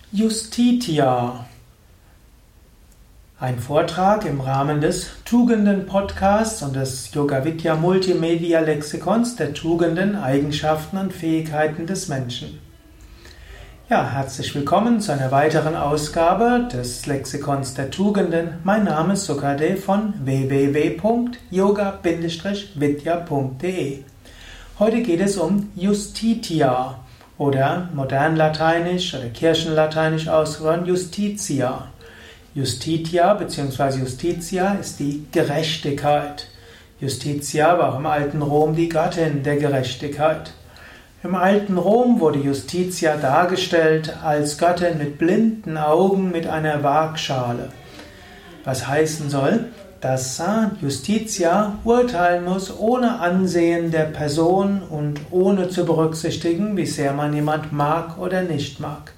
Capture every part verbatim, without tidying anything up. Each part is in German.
Justitia. Ein Vortrag im Rahmen des Tugenden-Podcasts und des Yoga-Vidya Multimedia-Lexikons der Tugenden, Eigenschaften und Fähigkeiten des Menschen. Ja, herzlich willkommen zu einer weiteren Ausgabe des Lexikons der Tugenden. Mein Name ist Sukadev von w w w punkt yoga vidya punkt de. Heute geht es um Justitia oder modernlateinisch oder kirchenlateinisch ausgesprochen Justitia. Justitia bzw. Justitia ist die Gerechtigkeit. Justitia war auch im alten Rom die Gattin der Gerechtigkeit. Im alten Rom wurde Justitia dargestellt als Göttin mit blinden Augen mit einer Waagschale. Was heißen soll, dass Justitia urteilen muss ohne Ansehen der Person und ohne zu berücksichtigen, wie sehr man jemand mag oder nicht mag.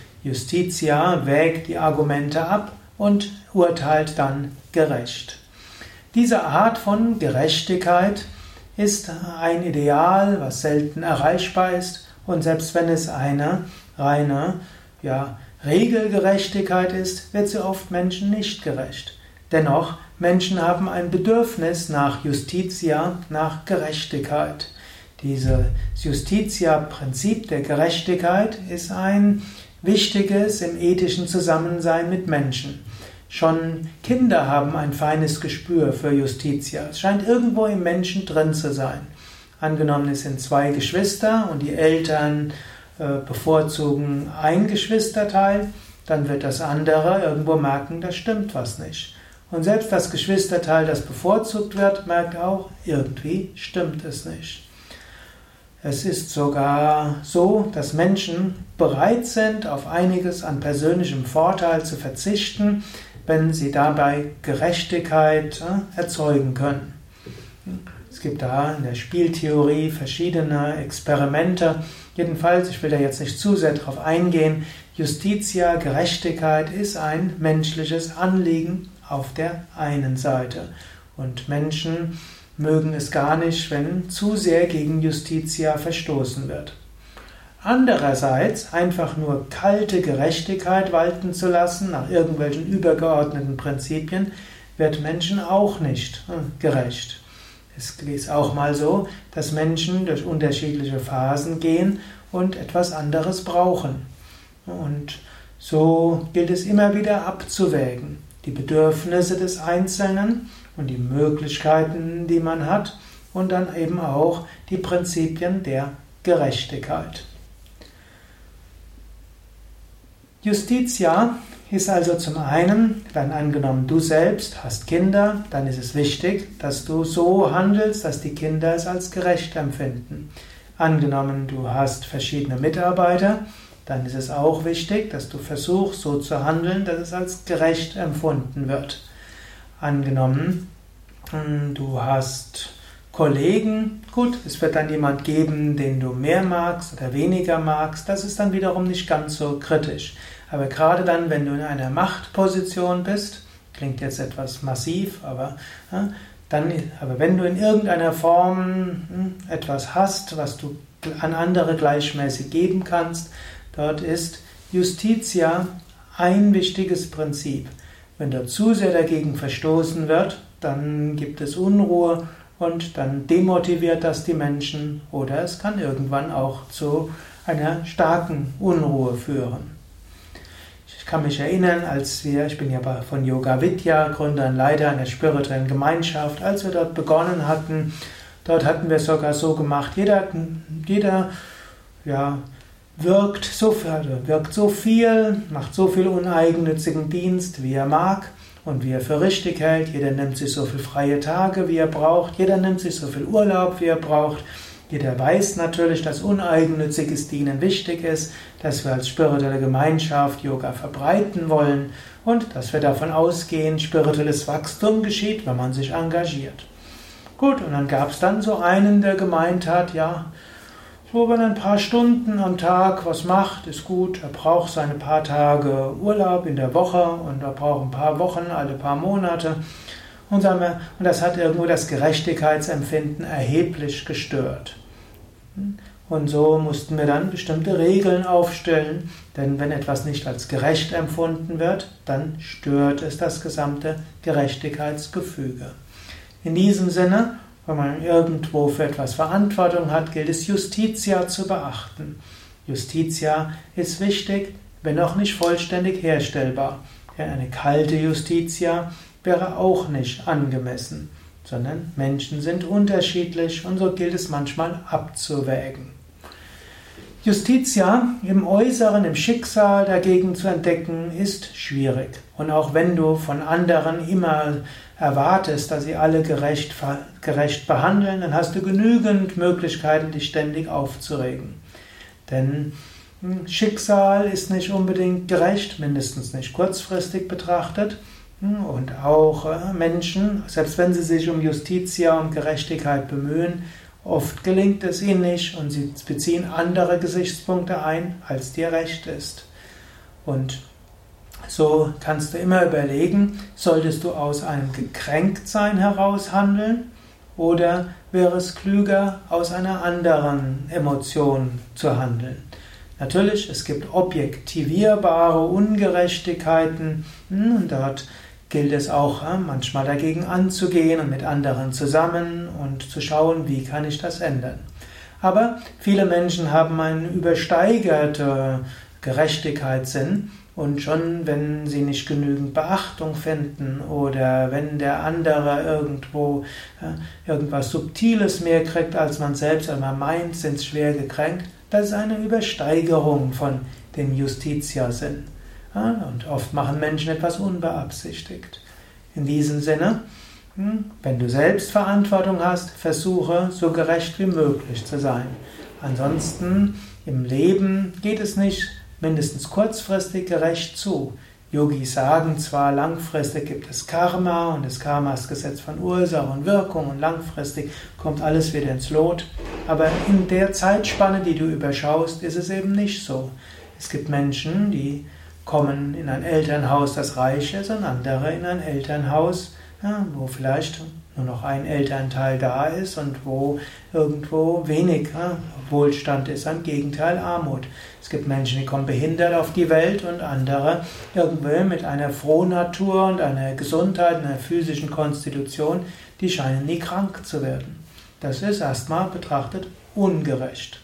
Justitia wägt die Argumente ab und urteilt dann gerecht. Diese Art von Gerechtigkeit ist ein Ideal, was selten erreichbar ist, und selbst wenn es eine reine ja, Regelgerechtigkeit ist, wird sie oft Menschen nicht gerecht. Dennoch, Menschen haben ein Bedürfnis nach Justitia, nach Gerechtigkeit. Dieses Justitia-Prinzip der Gerechtigkeit ist ein wichtiges im ethischen Zusammensein mit Menschen. Schon Kinder haben ein feines Gespür für Justitia. Es scheint irgendwo im Menschen drin zu sein. Angenommen, es sind zwei Geschwister und die Eltern äh, bevorzugen ein Geschwisterteil, dann wird das andere irgendwo merken, da stimmt was nicht. Und selbst das Geschwisterteil, das bevorzugt wird, merkt auch, irgendwie stimmt es nicht. Es ist sogar so, dass Menschen bereit sind, auf einiges an persönlichem Vorteil zu verzichten, wenn sie dabei Gerechtigkeit äh, erzeugen können. Es gibt da in der Spieltheorie verschiedene Experimente. Jedenfalls, ich will da jetzt nicht zu sehr drauf eingehen, Justitia, Gerechtigkeit ist ein menschliches Anliegen auf der einen Seite. Und Menschen mögen es gar nicht, wenn zu sehr gegen Justitia verstoßen wird. Andererseits einfach nur kalte Gerechtigkeit walten zu lassen, nach irgendwelchen übergeordneten Prinzipien, wird Menschen auch nicht gerecht. Es ist auch mal so, dass Menschen durch unterschiedliche Phasen gehen und etwas anderes brauchen. Und so gilt es immer wieder abzuwägen, die Bedürfnisse des Einzelnen und die Möglichkeiten, die man hat, und dann eben auch die Prinzipien der Gerechtigkeit. Justitia ist also zum einen, wenn angenommen du selbst hast Kinder, dann ist es wichtig, dass du so handelst, dass die Kinder es als gerecht empfinden. Angenommen du hast verschiedene Mitarbeiter, dann ist es auch wichtig, dass du versuchst so zu handeln, dass es als gerecht empfunden wird. Angenommen du hast Kollegen, gut, es wird dann jemand geben, den du mehr magst oder weniger magst, das ist dann wiederum nicht ganz so kritisch. Aber gerade dann, wenn du in einer Machtposition bist, klingt jetzt etwas massiv, aber, ja, dann, aber wenn du in irgendeiner Form hm, etwas hast, was du an andere gleichmäßig geben kannst, dort ist Justitia ein wichtiges Prinzip. Wenn dort zu sehr dagegen verstoßen wird, dann gibt es Unruhe und dann demotiviert das die Menschen oder es kann irgendwann auch zu einer starken Unruhe führen. Ich kann mich erinnern, als wir, ich bin ja von Yoga Vidya, Gründer und Leiter einer spirituellen Gemeinschaft, als wir dort begonnen hatten, dort hatten wir sogar so gemacht, jeder, jeder ja, wirkt so, wirkt so viel, macht so viel uneigennützigen Dienst, wie er mag und wie er für richtig hält. Jeder nimmt sich so viele freie Tage, wie er braucht. Jeder nimmt sich so viel Urlaub, wie er braucht. Jeder weiß natürlich, dass uneigennütziges Dienen wichtig ist, dass wir als spirituelle Gemeinschaft Yoga verbreiten wollen und dass wir davon ausgehen, spirituelles Wachstum geschieht, wenn man sich engagiert. Gut, und dann gab es dann so einen, der gemeint hat, ja, so wenn er ein paar Stunden am Tag was macht, ist gut. Er braucht seine paar Tage Urlaub in der Woche und er braucht ein paar Wochen, alle paar Monate. Und das hat irgendwo das Gerechtigkeitsempfinden erheblich gestört. Und so mussten wir dann bestimmte Regeln aufstellen, denn wenn etwas nicht als gerecht empfunden wird, dann stört es das gesamte Gerechtigkeitsgefüge. In diesem Sinne, wenn man irgendwo für etwas Verantwortung hat, gilt es Justitia zu beachten. Justitia ist wichtig, wenn auch nicht vollständig herstellbar. Ja, eine kalte Justitia wäre auch nicht angemessen, sondern Menschen sind unterschiedlich und so gilt es manchmal abzuwägen. Justitia im Äußeren, im Schicksal dagegen zu entdecken, ist schwierig. Und auch wenn du von anderen immer erwartest, dass sie alle gerecht, gerecht behandeln, dann hast du genügend Möglichkeiten, dich ständig aufzuregen. Denn Schicksal ist nicht unbedingt gerecht, mindestens nicht kurzfristig betrachtet. Und auch Menschen, selbst wenn sie sich um Justitia und Gerechtigkeit bemühen, oft gelingt es ihnen nicht und sie beziehen andere Gesichtspunkte ein, als dir recht ist. Und so kannst du immer überlegen, solltest du aus einem Gekränktsein heraus handeln oder wäre es klüger, aus einer anderen Emotion zu handeln. Natürlich, es gibt objektivierbare Ungerechtigkeiten und dort gilt es auch manchmal dagegen anzugehen und mit anderen zusammen und zu schauen, wie kann ich das ändern. Aber viele Menschen haben einen übersteigerten Gerechtigkeitssinn und schon wenn sie nicht genügend Beachtung finden oder wenn der andere irgendwo ja, irgendwas Subtiles mehr kriegt als man selbst, als man meint, sind sie schwer gekränkt, das ist eine Übersteigerung von dem Justitia-Sinn. Ja, und oft machen Menschen etwas unbeabsichtigt. In diesem Sinne, wenn du selbst Verantwortung hast, versuche so gerecht wie möglich zu sein. Ansonsten im Leben geht es nicht mindestens kurzfristig gerecht zu. Yogis sagen zwar, langfristig gibt es Karma und das Karma ist Gesetz von Ursache und Wirkung und langfristig kommt alles wieder ins Lot, aber in der Zeitspanne, die du überschaust, ist es eben nicht so. Es gibt Menschen, die kommen in ein Elternhaus, das reich ist, und andere in ein Elternhaus, ja, wo vielleicht nur noch ein Elternteil da ist und wo irgendwo wenig ja, Wohlstand ist, im Gegenteil Armut. Es gibt Menschen, die kommen behindert auf die Welt und andere irgendwo mit einer Frohnatur und einer Gesundheit, einer physischen Konstitution, die scheinen nie krank zu werden. Das ist erstmal betrachtet ungerecht.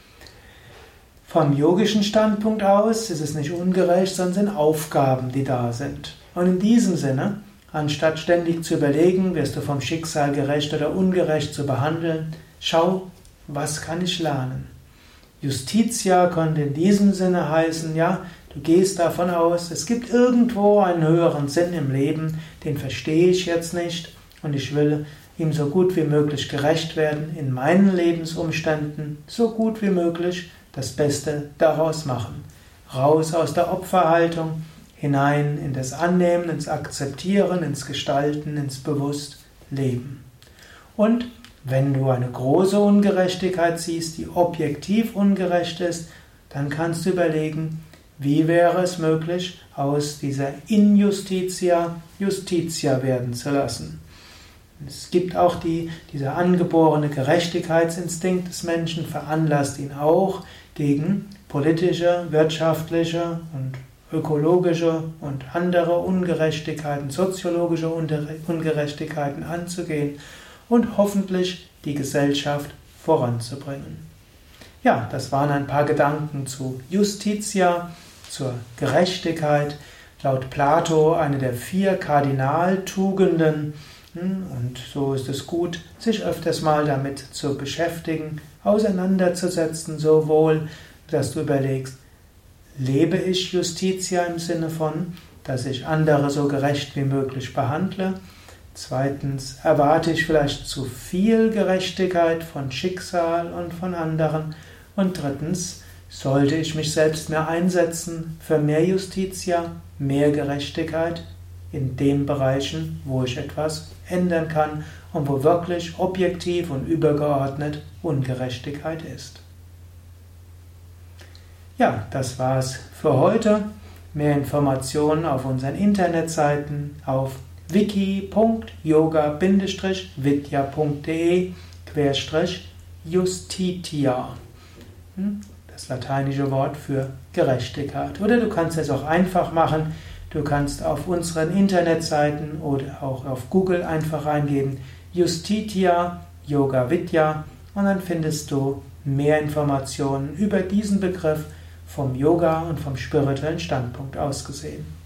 Vom yogischen Standpunkt aus ist es nicht ungerecht, sondern sind Aufgaben, die da sind. Und in diesem Sinne, anstatt ständig zu überlegen, wirst du vom Schicksal gerecht oder ungerecht zu behandeln, schau, was kann ich lernen? Justitia könnte in diesem Sinne heißen, ja, du gehst davon aus, es gibt irgendwo einen höheren Sinn im Leben, den verstehe ich jetzt nicht und ich will ihm so gut wie möglich gerecht werden, in meinen Lebensumständen so gut wie möglich das Beste daraus machen. Raus aus der Opferhaltung, hinein in das Annehmen, ins Akzeptieren, ins Gestalten, ins Bewusstleben. Und wenn du eine große Ungerechtigkeit siehst, die objektiv ungerecht ist, dann kannst du überlegen, wie wäre es möglich, aus dieser Injustitia Justitia werden zu lassen. Es gibt auch die, dieser angeborene Gerechtigkeitsinstinkt des Menschen, veranlasst ihn auch, gegen politische, wirtschaftliche und ökologische und andere Ungerechtigkeiten, soziologische Ungerechtigkeiten anzugehen und hoffentlich die Gesellschaft voranzubringen. Ja, das waren ein paar Gedanken zu Justitia, zur Gerechtigkeit, laut Plato eine der vier Kardinaltugenden. Und so ist es gut, sich öfters mal damit zu beschäftigen, auseinanderzusetzen, sowohl, dass du überlegst, lebe ich Justitia im Sinne von, dass ich andere so gerecht wie möglich behandle? Zweitens, erwarte ich vielleicht zu viel Gerechtigkeit von Schicksal und von anderen? Und drittens, sollte ich mich selbst mehr einsetzen für mehr Justitia, mehr Gerechtigkeit in den Bereichen, wo ich etwas ändern kann und wo wirklich objektiv und übergeordnet Ungerechtigkeit ist. Ja, das war's für heute. Mehr Informationen auf unseren Internetseiten auf wiki punkt yoga vidya punkt de Justitia. das lateinische Wort für Gerechtigkeit. Oder du kannst es auch einfach machen. Du kannst auf unseren Internetseiten oder auch auf Google einfach eingeben Justitia Yoga Vidya und dann findest du mehr Informationen über diesen Begriff vom Yoga und vom spirituellen Standpunkt aus gesehen.